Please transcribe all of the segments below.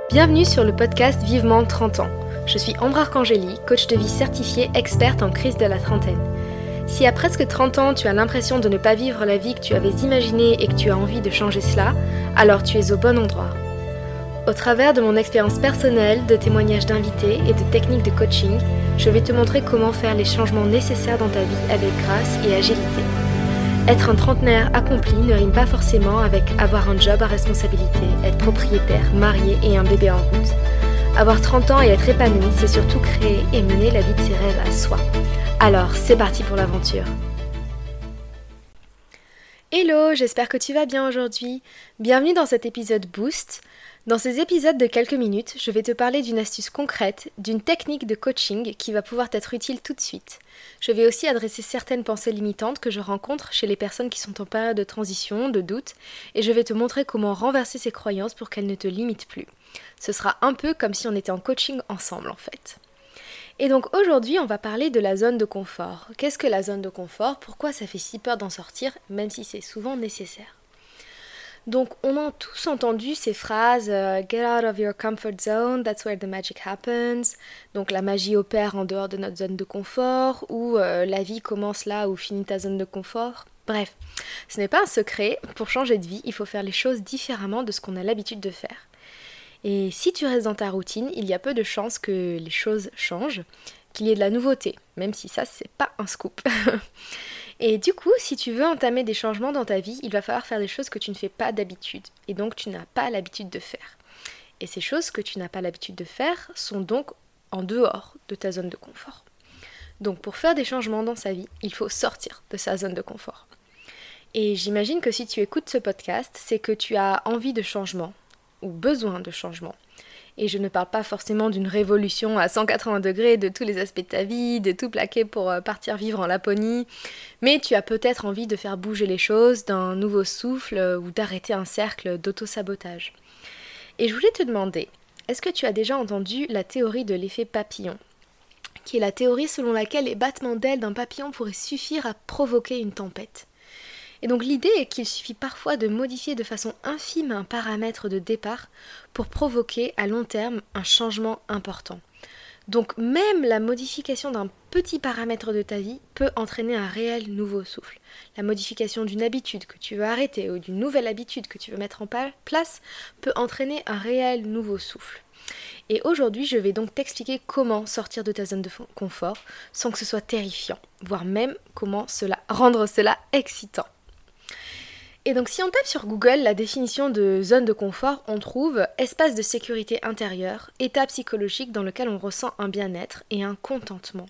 Bienvenue sur le podcast Vivement 30 ans. Je suis Ambre Arcangeli, coach de vie certifiée experte en crise de la trentaine. Si à presque 30 ans tu as l'impression de ne pas vivre la vie que tu avais imaginée et que tu as envie de changer cela, alors tu es au bon endroit. Au travers de mon expérience personnelle, de témoignages d'invités et de techniques de coaching, je vais te montrer comment faire les changements nécessaires dans ta vie avec grâce et agilité. Être un trentenaire accompli ne rime pas forcément avec avoir un job à responsabilité, être propriétaire, marié et un bébé en route. Avoir 30 ans et être épanoui, c'est surtout créer et mener la vie de ses rêves à soi. Alors, c'est parti pour l'aventure. Hello, j'espère que tu vas bien aujourd'hui. Bienvenue dans cet épisode Boost. Dans ces épisodes de quelques minutes, je vais te parler d'une astuce concrète, d'une technique de coaching qui va pouvoir t'être utile tout de suite. Je vais aussi adresser certaines pensées limitantes que je rencontre chez les personnes qui sont en période de transition, de doute, et je vais te montrer comment renverser ces croyances pour qu'elles ne te limitent plus. Ce sera un peu comme si on était en coaching ensemble en fait. Et donc aujourd'hui, on va parler de la zone de confort. Qu'est-ce que la zone de confort ? Pourquoi ça fait si peur d'en sortir, même si c'est souvent nécessaire ? Donc on a tous entendu ces phrases Get out of your comfort zone, that's where the magic happens. Donc la magie opère en dehors de notre zone de confort, ou la vie commence là où finit ta zone de confort. Bref, ce n'est pas un secret, pour changer de vie, il faut faire les choses différemment de ce qu'on a l'habitude de faire. Et si tu restes dans ta routine, il y a peu de chances que les choses changent, qu'il y ait de la nouveauté, même si ça c'est pas un scoop. Et du coup, si tu veux entamer des changements dans ta vie, il va falloir faire des choses que tu ne fais pas d'habitude, et donc tu n'as pas l'habitude de faire. Et ces choses que tu n'as pas l'habitude de faire sont donc en dehors de ta zone de confort. Donc pour faire des changements dans sa vie, il faut sortir de sa zone de confort. Et j'imagine que si tu écoutes ce podcast, c'est que tu as envie de changement, ou besoin de changement. Et je ne parle pas forcément d'une révolution à 180 degrés de tous les aspects de ta vie, de tout plaquer pour partir vivre en Laponie, mais tu as peut-être envie de faire bouger les choses, d'un nouveau souffle ou d'arrêter un cercle d'auto-sabotage. Et je voulais te demander, est-ce que tu as déjà entendu la théorie de l'effet papillon ? Qui est la théorie selon laquelle les battements d'ailes d'un papillon pourraient suffire à provoquer une tempête. Et donc l'idée est qu'il suffit parfois de modifier de façon infime un paramètre de départ pour provoquer à long terme un changement important. Donc même la modification d'un petit paramètre de ta vie peut entraîner un réel nouveau souffle. La modification d'une habitude que tu veux arrêter ou d'une nouvelle habitude que tu veux mettre en place peut entraîner un réel nouveau souffle. Et aujourd'hui, je vais donc t'expliquer comment sortir de ta zone de confort sans que ce soit terrifiant, voire même comment rendre cela excitant. Et donc si on tape sur Google la définition de zone de confort, on trouve espace de sécurité intérieure, état psychologique dans lequel on ressent un bien-être et un contentement.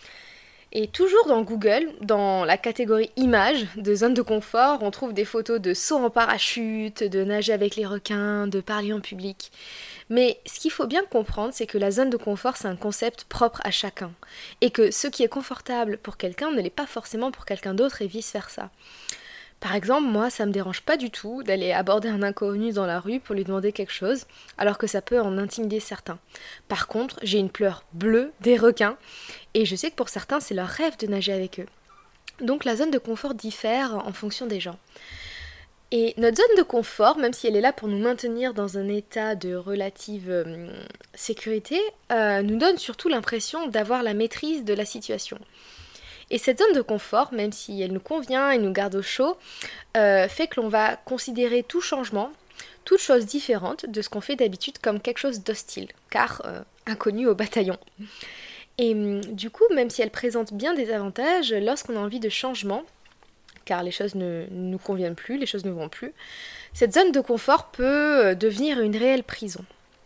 Et toujours dans Google, dans la catégorie images de zone de confort, on trouve des photos de sauts en parachute, de nager avec les requins, de parler en public. Mais ce qu'il faut bien comprendre, c'est que la zone de confort, c'est un concept propre à chacun. Et que ce qui est confortable pour quelqu'un ne l'est pas forcément pour quelqu'un d'autre et vice-versa. Par exemple, moi, ça me dérange pas du tout d'aller aborder un inconnu dans la rue pour lui demander quelque chose, alors que ça peut en intimider certains. Par contre, j'ai une peur bleue des requins, et je sais que pour certains, c'est leur rêve de nager avec eux. Donc la zone de confort diffère en fonction des gens. Et notre zone de confort, même si elle est là pour nous maintenir dans un état de relative sécurité, nous donne surtout l'impression d'avoir la maîtrise de la situation. Et cette zone de confort, même si elle nous convient et nous garde au chaud, fait que l'on va considérer tout changement, toute chose différente de ce qu'on fait d'habitude comme quelque chose d'hostile, car inconnu au bataillon. Et du coup, même si elle présente bien des avantages, lorsqu'on a envie de changement, car les choses ne nous conviennent plus, les choses ne vont plus, cette zone de confort peut devenir une réelle prison.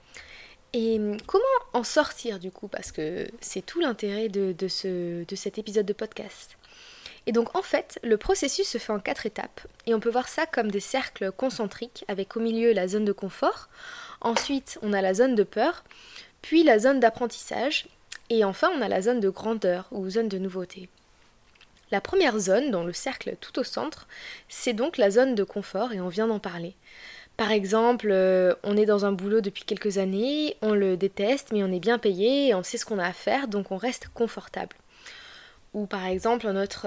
Et comment en sortir du coup ? Parce que c'est tout l'intérêt de cet épisode de podcast. Et donc en fait, le processus se fait en 4 étapes. Et on peut voir ça comme des cercles concentriques, avec au milieu la zone de confort. Ensuite, on a la zone de peur, puis la zone d'apprentissage. Et enfin, on a la zone de grandeur, ou zone de nouveauté. La première zone, dans le cercle tout au centre, c'est donc la zone de confort, et on vient d'en parler. Par exemple, on est dans un boulot depuis quelques années, on le déteste, mais on est bien payé et on sait ce qu'on a à faire, donc on reste confortable. Ou par exemple, une autre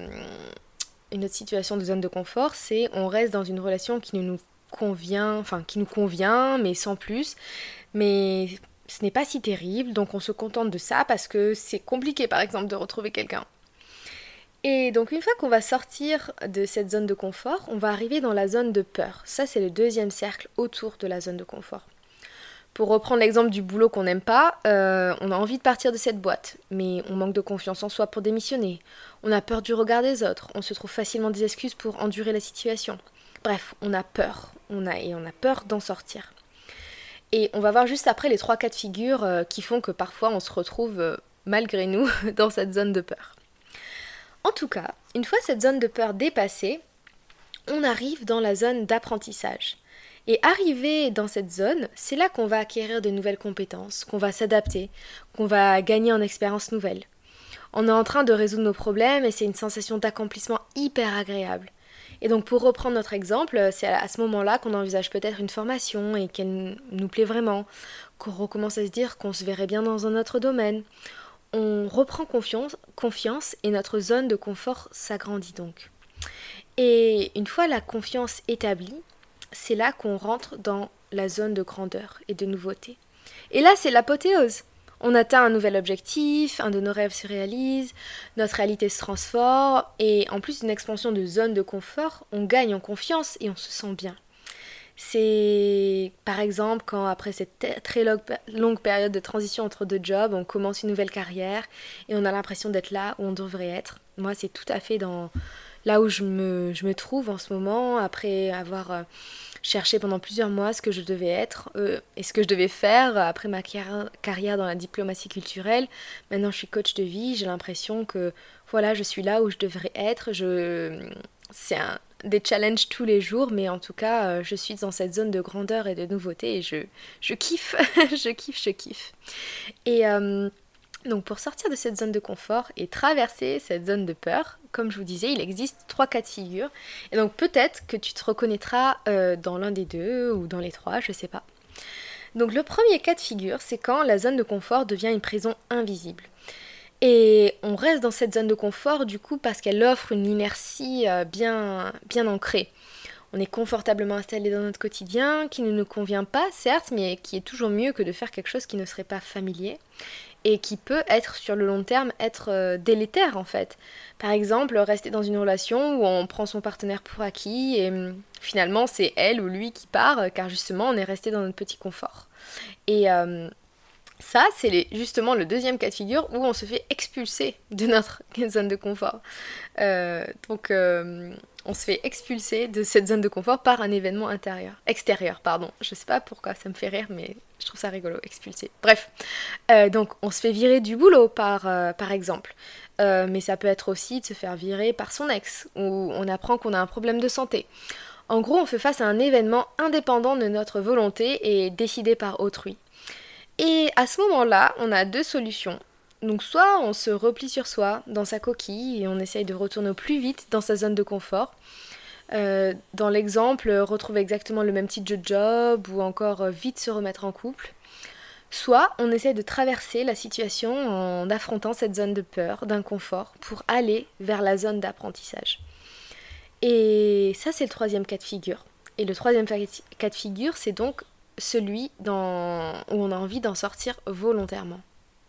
situation de zone de confort, c'est on reste dans une relation qui nous convient, mais sans plus. Mais ce n'est pas si terrible, donc on se contente de ça parce que c'est compliqué par exemple de retrouver quelqu'un. Et donc une fois qu'on va sortir de cette zone de confort, on va arriver dans la zone de peur. Ça c'est le deuxième cercle autour de la zone de confort. Pour reprendre l'exemple du boulot qu'on n'aime pas, on a envie de partir de cette boîte, mais on manque de confiance en soi pour démissionner. On a peur du regard des autres, on se trouve facilement des excuses pour endurer la situation. Bref, on a peur, on a peur d'en sortir. Et on va voir juste après les 3 cas de figure qui font que parfois on se retrouve malgré nous dans cette zone de peur. En tout cas, une fois cette zone de peur dépassée, on arrive dans la zone d'apprentissage. Et arrivé dans cette zone, c'est là qu'on va acquérir de nouvelles compétences, qu'on va s'adapter, qu'on va gagner en expérience nouvelle. On est en train de résoudre nos problèmes et c'est une sensation d'accomplissement hyper agréable. Et donc pour reprendre notre exemple, c'est à ce moment-là qu'on envisage peut-être une formation et qu'elle nous plaît vraiment, qu'on recommence à se dire qu'on se verrait bien dans un autre domaine. On reprend confiance et notre zone de confort s'agrandit donc. Et une fois la confiance établie, c'est là qu'on rentre dans la zone de grandeur et de nouveauté. Et là, c'est l'apothéose. On atteint un nouvel objectif, un de nos rêves se réalise, notre réalité se transforme, et en plus d'une expansion de zone de confort, on gagne en confiance et on se sent bien. C'est par exemple quand après cette très longue période de transition entre 2 jobs, on commence une nouvelle carrière et on a l'impression d'être là où on devrait être. Moi, c'est tout à fait dans là où je me trouve en ce moment, après avoir cherché pendant plusieurs mois ce que je devais être et ce que je devais faire après ma carrière dans la diplomatie culturelle. Maintenant, je suis coach de vie, j'ai l'impression que voilà, je suis là où je devrais être. C'est des challenges tous les jours, mais en tout cas, je suis dans cette zone de grandeur et de nouveauté et je kiffe, je kiffe. Et donc pour sortir de cette zone de confort et traverser cette zone de peur, comme je vous disais, il existe 3 cas de figure. Et donc peut-être que tu te reconnaîtras dans l'un des 2 ou dans les 3, je sais pas. Donc le premier cas de figure, c'est quand la zone de confort devient une prison invisible. Et on reste dans cette zone de confort du coup parce qu'elle offre une inertie bien ancrée. On est confortablement installé dans notre quotidien, qui ne nous convient pas, certes, mais qui est toujours mieux que de faire quelque chose qui ne serait pas familier et qui peut être sur le long terme être délétère en fait. Par exemple, rester dans une relation où on prend son partenaire pour acquis et finalement c'est elle ou lui qui part car justement on est resté dans notre petit confort. Et ça, c'est justement le deuxième cas de figure où on se fait expulser de notre zone de confort. On se fait expulser de cette zone de confort par un événement extérieur. Je sais pas pourquoi ça me fait rire, mais je trouve ça rigolo, expulser. Bref, donc on se fait virer du boulot par exemple. Mais ça peut être aussi de se faire virer par son ex, ou on apprend qu'on a un problème de santé. En gros, on fait face à un événement indépendant de notre volonté et décidé par autrui. Et à ce moment-là, on a 2 solutions. Donc soit on se replie sur soi, dans sa coquille, et on essaye de retourner au plus vite dans sa zone de confort. Dans l'exemple, retrouver exactement le même type de job, ou encore vite se remettre en couple. Soit on essaye de traverser la situation en affrontant cette zone de peur, d'inconfort, pour aller vers la zone d'apprentissage. Et ça, c'est le 3e cas de figure. Et le 3e cas de figure, c'est donc celui où on a envie d'en sortir volontairement.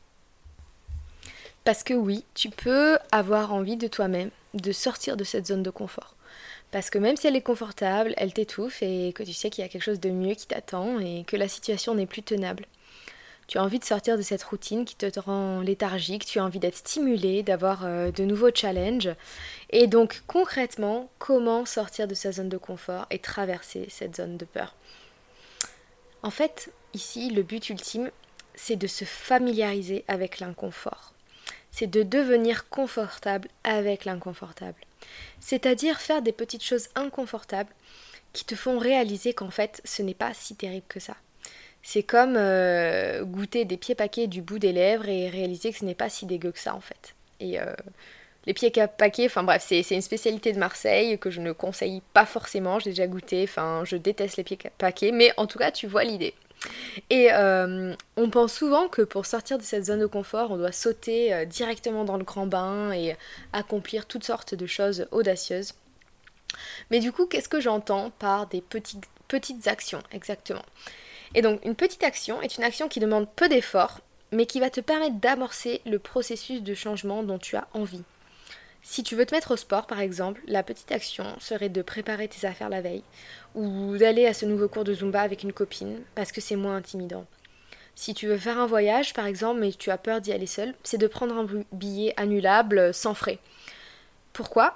Parce que oui, tu peux avoir envie de toi-même de sortir de cette zone de confort. Parce que même si elle est confortable, elle t'étouffe et que tu sais qu'il y a quelque chose de mieux qui t'attend et que la situation n'est plus tenable. Tu as envie de sortir de cette routine qui te rend léthargique, tu as envie d'être stimulé, d'avoir de nouveaux challenges. Et donc concrètement, comment sortir de sa zone de confort et traverser cette zone de peur ? En fait, ici, le but ultime, c'est de se familiariser avec l'inconfort. C'est de devenir confortable avec l'inconfortable. C'est-à-dire faire des petites choses inconfortables qui te font réaliser qu'en fait, ce n'est pas si terrible que ça. C'est comme goûter des pieds paquets du bout des lèvres et réaliser que ce n'est pas si dégueu que ça en fait. Et les pieds paquets, enfin bref, c'est une spécialité de Marseille que je ne conseille pas forcément, j'ai déjà goûté, enfin je déteste les pieds paquets, mais en tout cas tu vois l'idée. Et on pense souvent que pour sortir de cette zone de confort, on doit sauter directement dans le grand bain et accomplir toutes sortes de choses audacieuses. Mais du coup, qu'est-ce que j'entends par des petites actions exactement ? Et donc une petite action est une action qui demande peu d'efforts, mais qui va te permettre d'amorcer le processus de changement dont tu as envie. Si tu veux te mettre au sport par exemple, la petite action serait de préparer tes affaires la veille, ou d'aller à ce nouveau cours de Zumba avec une copine, parce que c'est moins intimidant. Si tu veux faire un voyage par exemple, mais tu as peur d'y aller seul, c'est de prendre un billet annulable sans frais. Pourquoi ?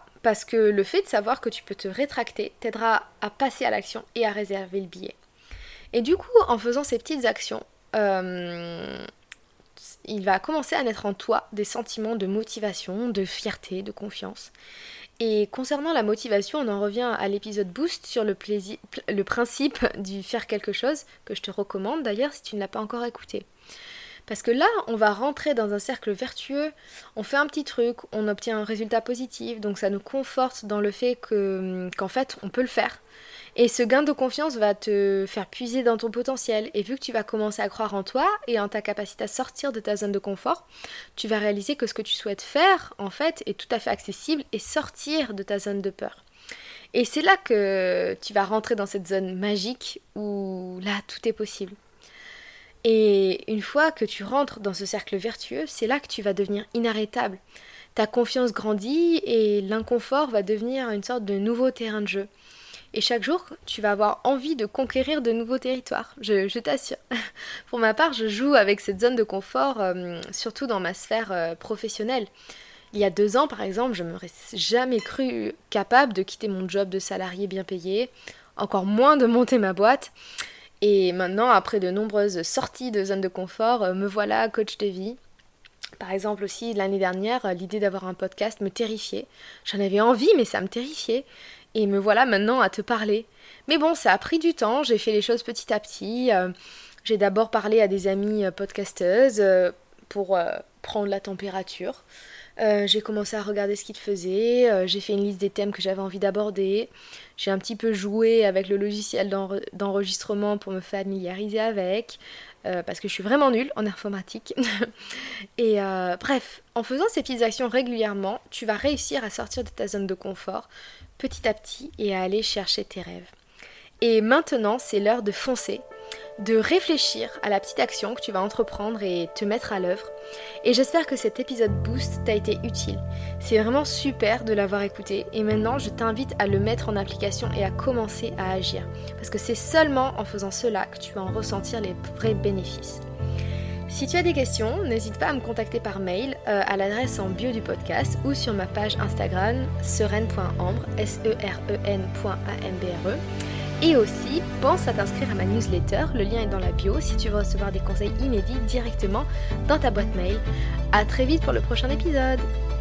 Parce que le fait de savoir que tu peux te rétracter t'aidera à passer à l'action et à réserver le billet. Et du coup, en faisant ces petites actions, il va commencer à naître en toi des sentiments de motivation, de fierté, de confiance. Et concernant la motivation, on en revient à l'épisode Boost sur le principe du faire quelque chose, que je te recommande d'ailleurs si tu ne l'as pas encore écouté. Parce que là, on va rentrer dans un cercle vertueux, on fait un petit truc, on obtient un résultat positif, donc ça nous conforte dans le fait qu'en fait, on peut le faire. Et ce gain de confiance va te faire puiser dans ton potentiel. Et vu que tu vas commencer à croire en toi et en ta capacité à sortir de ta zone de confort, tu vas réaliser que ce que tu souhaites faire, en fait, est tout à fait accessible et sortir de ta zone de peur. Et c'est là que tu vas rentrer dans cette zone magique où là, tout est possible. Et une fois que tu rentres dans ce cercle vertueux, c'est là que tu vas devenir inarrêtable. Ta confiance grandit et l'inconfort va devenir une sorte de nouveau terrain de jeu. Et chaque jour, tu vas avoir envie de conquérir de nouveaux territoires, je t'assure. Pour ma part, je joue avec cette zone de confort, surtout dans ma sphère professionnelle. Il y a 2 ans, par exemple, je ne m'aurais jamais cru capable de quitter mon job de salarié bien payé, encore moins de monter ma boîte. Et maintenant, après de nombreuses sorties de zone de confort, me voilà coach de vie. Par exemple aussi, l'année dernière, l'idée d'avoir un podcast me terrifiait. J'en avais envie, mais ça me terrifiait. Et me voilà maintenant à te parler. Mais bon, ça a pris du temps, j'ai fait les choses petit à petit. J'ai d'abord parlé à des amies podcasteuses pour prendre la température. J'ai commencé à regarder ce qu'ils faisaient, j'ai fait une liste des thèmes que j'avais envie d'aborder. J'ai un petit peu joué avec le logiciel d'enregistrement pour me familiariser avec, parce que je suis vraiment nulle en informatique. Et bref, en faisant ces petites actions régulièrement, tu vas réussir à sortir de ta zone de confort petit à petit et à aller chercher tes rêves. Et maintenant, c'est l'heure de foncer, de réfléchir à la petite action que tu vas entreprendre et te mettre à l'œuvre. Et j'espère que cet épisode Boost t'a été utile. C'est vraiment super de l'avoir écouté et maintenant je t'invite à le mettre en application et à commencer à agir. Parce que c'est seulement en faisant cela que tu vas en ressentir les vrais bénéfices. Si tu as des questions, n'hésite pas à me contacter par mail à l'adresse en bio du podcast ou sur ma page Instagram sereine.ambre, seren.ambre. Et aussi, pense à t'inscrire à ma newsletter, le lien est dans la bio si tu veux recevoir des conseils inédits directement dans ta boîte mail. À très vite pour le prochain épisode.